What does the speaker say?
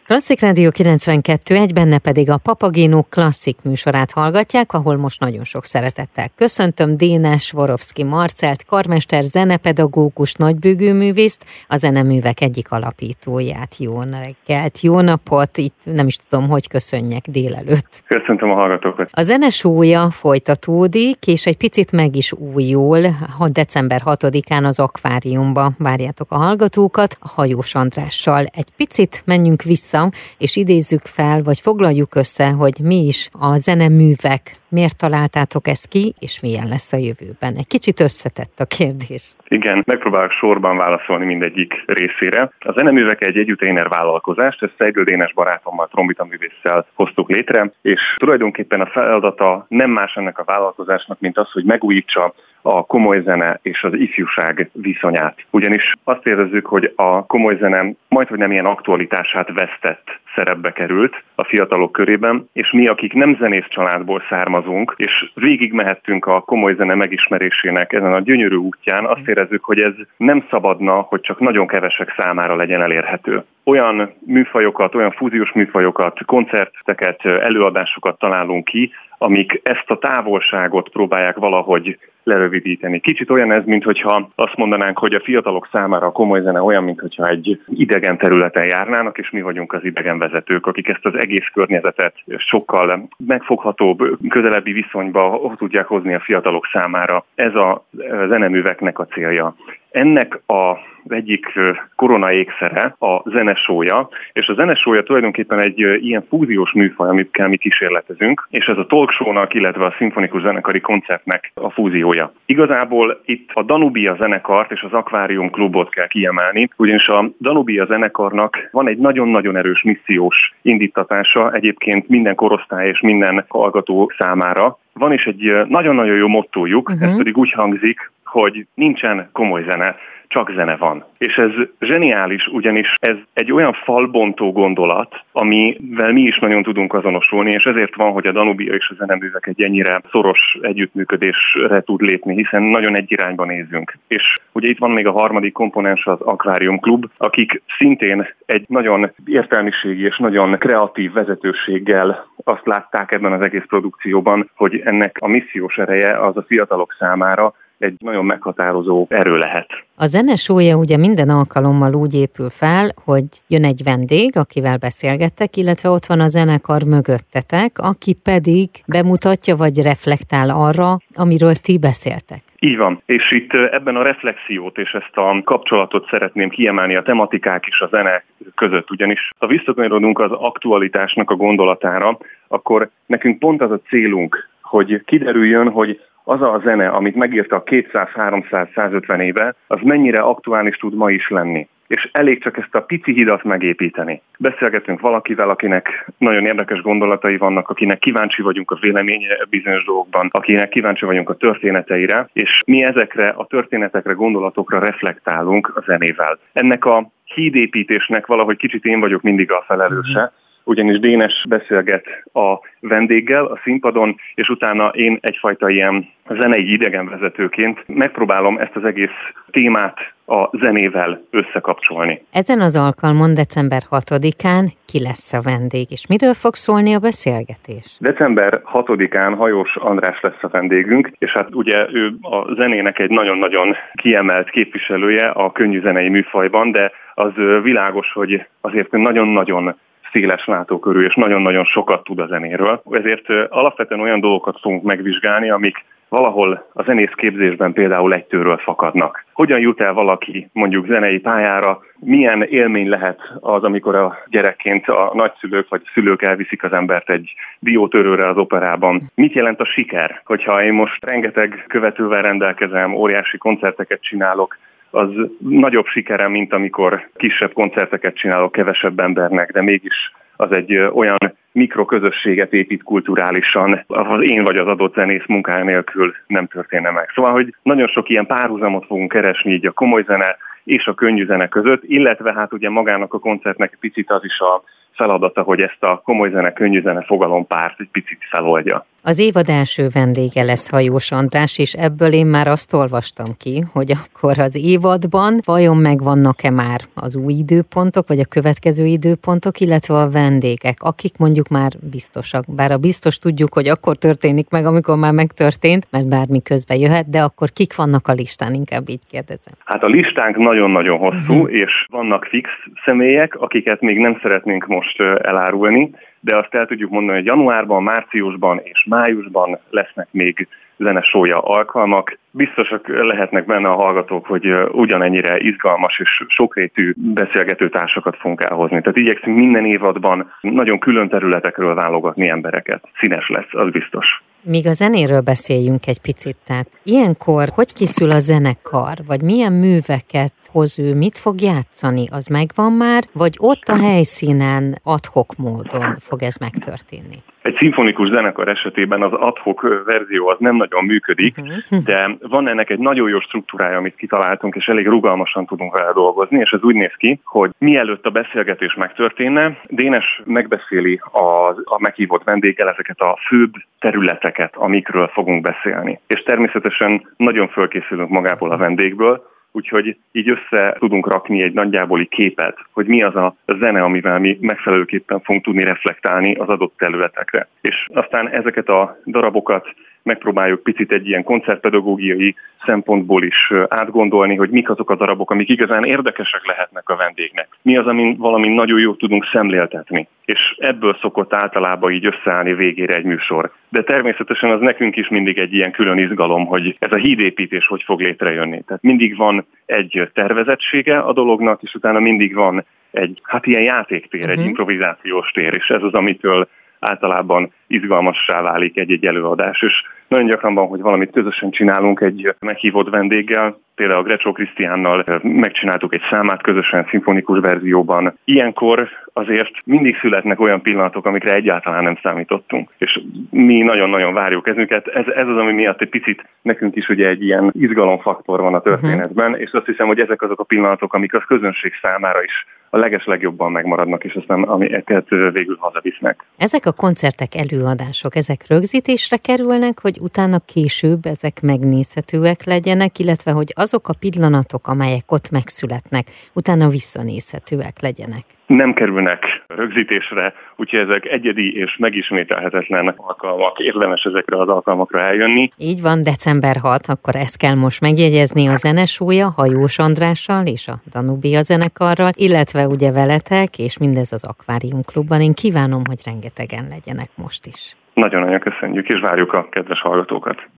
Klasszik Rádió 92.1, benne pedig a Papagéno klasszik műsorát hallgatják, ahol most nagyon sok szeretettel köszöntöm Dénes Swarovski Marcelt, karmester, zenepedagógus, nagybőgőművészt, a zeneművek egyik alapítóját. Jó reggelt, jó napot, itt nem is tudom, hogy köszönjek délelőtt. Köszöntöm a hallgatókat. A zenesója folytatódik, és egy picit meg is újul. December 6-án az Akváriumba várjátok a hallgatókat, a Hajós Andrással. Egy picit menjünk vissza, és idézzük fel, vagy foglaljuk össze, hogy mi is a zeneművek, miért találtátok ezt ki, és milyen lesz a jövőben. Egy kicsit összetett a kérdés. Igen, megpróbálok sorban válaszolni mindegyik részére. A zeneművek egy együtténer vállalkozást, ezt Szegő Dénes barátommal, trombitaművésszel hoztuk létre, és tulajdonképpen a feladata nem más ennek a vállalkozásnak, mint az, hogy megújítsa a komoly zene és az ifjúság viszonyát. Ugyanis azt érezzük, hogy a komoly zene majdhogy nem ilyen aktualitását vesztett szerepbe került a fiatalok körében, és mi, akik nem zenész családból származunk, és végigmehettünk a komoly zene megismerésének ezen a gyönyörű útján, azt érezzük, hogy ez nem szabadna, hogy csak nagyon kevesek számára legyen elérhető. Olyan műfajokat, olyan fúziós műfajokat, koncerteket, előadásokat találunk ki, amik ezt a távolságot próbálják valahogy lerövidíteni. Kicsit olyan ez, minthogyha azt mondanánk, hogy a fiatalok számára a komoly zene olyan, minthogyha egy idegen területen járnának, és mi vagyunk az idegen vezetők, akik ezt az egész környezetet sokkal megfoghatóbb, közelebbi viszonyba tudják hozni a fiatalok számára. Ez a zeneműveknek a célja. Ennek az egyik koronaékszere a zenesója, és a zenesója tulajdonképpen egy ilyen fúziós műfaj, amikkel mi kísérletezünk, és ez a talkshow-nak, illetve a szimfonikus zenekari koncertnek a fúziója. Igazából itt a Danubia zenekart és az Akvárium klubot kell kiemelni, ugyanis a Danubia zenekarnak van egy nagyon-nagyon erős missziós indítatása, egyébként minden korosztály és minden hallgató számára. Van is egy nagyon-nagyon jó mottójuk, ez pedig úgy hangzik, hogy nincsen komoly zene, csak zene van. És ez zseniális, ugyanis ez egy olyan falbontó gondolat, amivel mi is nagyon tudunk azonosulni, és ezért van, hogy a Danubia és a zeneművek egy ennyire szoros együttműködésre tud lépni, hiszen nagyon egy irányba nézünk. És ugye itt van még a harmadik komponens, az Akvárium klub, akik szintén egy nagyon értelmiségi és nagyon kreatív vezetőséggel azt látták ebben az egész produkcióban, hogy ennek a missziós ereje az a fiatalok számára egy nagyon meghatározó erő lehet. A zenesója ugye minden alkalommal úgy épül fel, hogy jön egy vendég, akivel beszélgettek, illetve ott van a zenekar mögöttetek, aki pedig bemutatja vagy reflektál arra, amiről ti beszéltek. Így van, és itt ebben a reflexiót és ezt a kapcsolatot szeretném kiemelni a tematikák és a zene között, ugyanis ha visszakanyarodunk az aktualitásnak a gondolatára, akkor nekünk pont az a célunk, hogy kiderüljön, hogy az a zene, amit megírtak 200-300-150 éve, az mennyire aktuális tud ma is lenni. És elég csak ezt a pici hidat megépíteni. Beszélgetünk valakivel, akinek nagyon érdekes gondolatai vannak, akinek kíváncsi vagyunk a véleménye bizonyos dolgokban, akinek kíváncsi vagyunk a történeteire, és mi ezekre a történetekre, gondolatokra reflektálunk a zenével. Ennek a hídépítésnek valahogy kicsit én vagyok mindig a felelőse, ugyanis Dénes beszélget a vendéggel a színpadon, és utána én egyfajta ilyen zenei idegenvezetőként megpróbálom ezt az egész témát a zenével összekapcsolni. Ezen az alkalmon december 6-án ki lesz a vendég, és miről fog szólni a beszélgetés? December 6-án Hajós András lesz a vendégünk, és hát ugye ő a zenének egy nagyon-nagyon kiemelt képviselője a könnyű zenei műfajban, de az világos, hogy azért nagyon-nagyon széles látókörű, és nagyon-nagyon sokat tud a zenéről. Ezért alapvetően olyan dolgokat fogunk megvizsgálni, amik valahol a zenészképzésben például egytőről fakadnak. Hogyan jut el valaki mondjuk zenei pályára, milyen élmény lehet az, amikor a gyerekként a nagyszülők vagy a szülők elviszik az embert egy diótörőre az operában. Mit jelent a siker? Hogyha én most rengeteg követővel rendelkezem, óriási koncerteket csinálok, az nagyobb sikerem, mint amikor kisebb koncerteket csinálok kevesebb embernek, de mégis az egy olyan mikroközösséget épít kulturálisan, az én vagy az adott zenész munkája nélkül nem történne meg. Szóval, hogy nagyon sok ilyen párhuzamot fogunk keresni így a komoly zene és a könnyű zene között, illetve hát ugye magának a koncertnek picit az is a feladata, hogy ezt a komoly zene, könnyű zene fogalompárt egy picit feloldja. Az évad első vendége lesz Hajós András, és ebből én már azt olvastam ki, hogy akkor az évadban vajon megvannak-e már az új időpontok, vagy a következő időpontok, illetve a vendégek, akik mondjuk már biztosak. Bár a biztos tudjuk, hogy akkor történik meg, amikor már megtörtént, mert bármi közbe jöhet, de akkor kik vannak a listán, inkább így kérdezem. Hát a listánk nagyon-nagyon hosszú, és vannak fix személyek, akiket még nem szeretnénk most elárulni, de azt el tudjuk mondani, hogy januárban, márciusban és májusban lesznek még zenesója alkalmak. Biztosak lehetnek benne a hallgatók, hogy ugyanennyire izgalmas és sokrétű beszélgetőtársakat fogunk elhozni. Tehát igyekszünk minden évadban nagyon külön területekről válogatni embereket. Színes lesz, az biztos. Míg a zenéről beszéljünk egy picit, tehát ilyenkor hogy készül a zenekar, vagy milyen műveket hoz ő, mit fog játszani, az megvan már, vagy ott a helyszínen ad-hoc módon fog ez megtörténni? Egy szimfonikus zenekar esetében az ad-hoc verzió az nem nagyon működik, de van ennek egy nagyon jó struktúrája, amit kitaláltunk, és elég rugalmasan tudunk vele dolgozni, és ez úgy néz ki, hogy mielőtt a beszélgetés megtörténne, Dénes megbeszéli a meghívott vendéggel ezeket a főbb területeket, amikről fogunk beszélni. És természetesen nagyon fölkészülünk magából a vendégből, úgyhogy így össze tudunk rakni egy nagyjáboli képet, hogy mi az a zene, amivel mi megfelelőképpen fogunk tudni reflektálni az adott területekre. És aztán ezeket a darabokat megpróbáljuk picit egy ilyen koncertpedagógiai szempontból is átgondolni, hogy mik azok a darabok, amik igazán érdekesek lehetnek a vendégnek. Mi az, amin valami nagyon jót tudunk szemléltetni. És ebből szokott általában így összeállni végére egy műsor. De természetesen az nekünk is mindig egy ilyen külön izgalom, hogy ez a hídépítés hogy fog létrejönni. Tehát mindig van egy tervezettsége a dolognak, és utána mindig van egy ilyen játéktér, egy improvizációs tér, és ez az, amitől általában izgalmassá válik egy előadás, és nagyon gyakran van, hogy valamit közösen csinálunk egy meghívott vendéggel, például a Grecsó Krisztiánnal megcsináltuk egy számát közösen szimfonikus verzióban. Ilyenkor azért mindig születnek olyan pillanatok, amikre egyáltalán nem számítottunk, és mi nagyon-nagyon várjuk ezeket. Ez az, ami miatt egy picit nekünk is ugye egy ilyen izgalomfaktor van a történetben, és azt hiszem, hogy ezek azok a pillanatok, amik a közönség számára is a legeslegjobban megmaradnak, és aztán amiket végül hazavisznek. Ezek a koncertek, előadások, ezek rögzítésre kerülnek, hogy utána később ezek megnézhetőek legyenek, illetve hogy azok a pillanatok, amelyek ott megszületnek, utána visszanézhetőek legyenek. Nem kerülnek rögzítésre, úgyhogy ezek egyedi és megismételhetetlen alkalmak, érdemes ezekre az alkalmakra eljönni. Így van, december 6, akkor ezt kell most megjegyezni, a zenesója Hajós Andrással és a Danubia zenekarral, illetve ugye veletek, és mindez az Akvárium Klubban. Én kívánom, hogy rengetegen legyenek most is. Nagyon-nagyon köszönjük, és várjuk a kedves hallgatókat.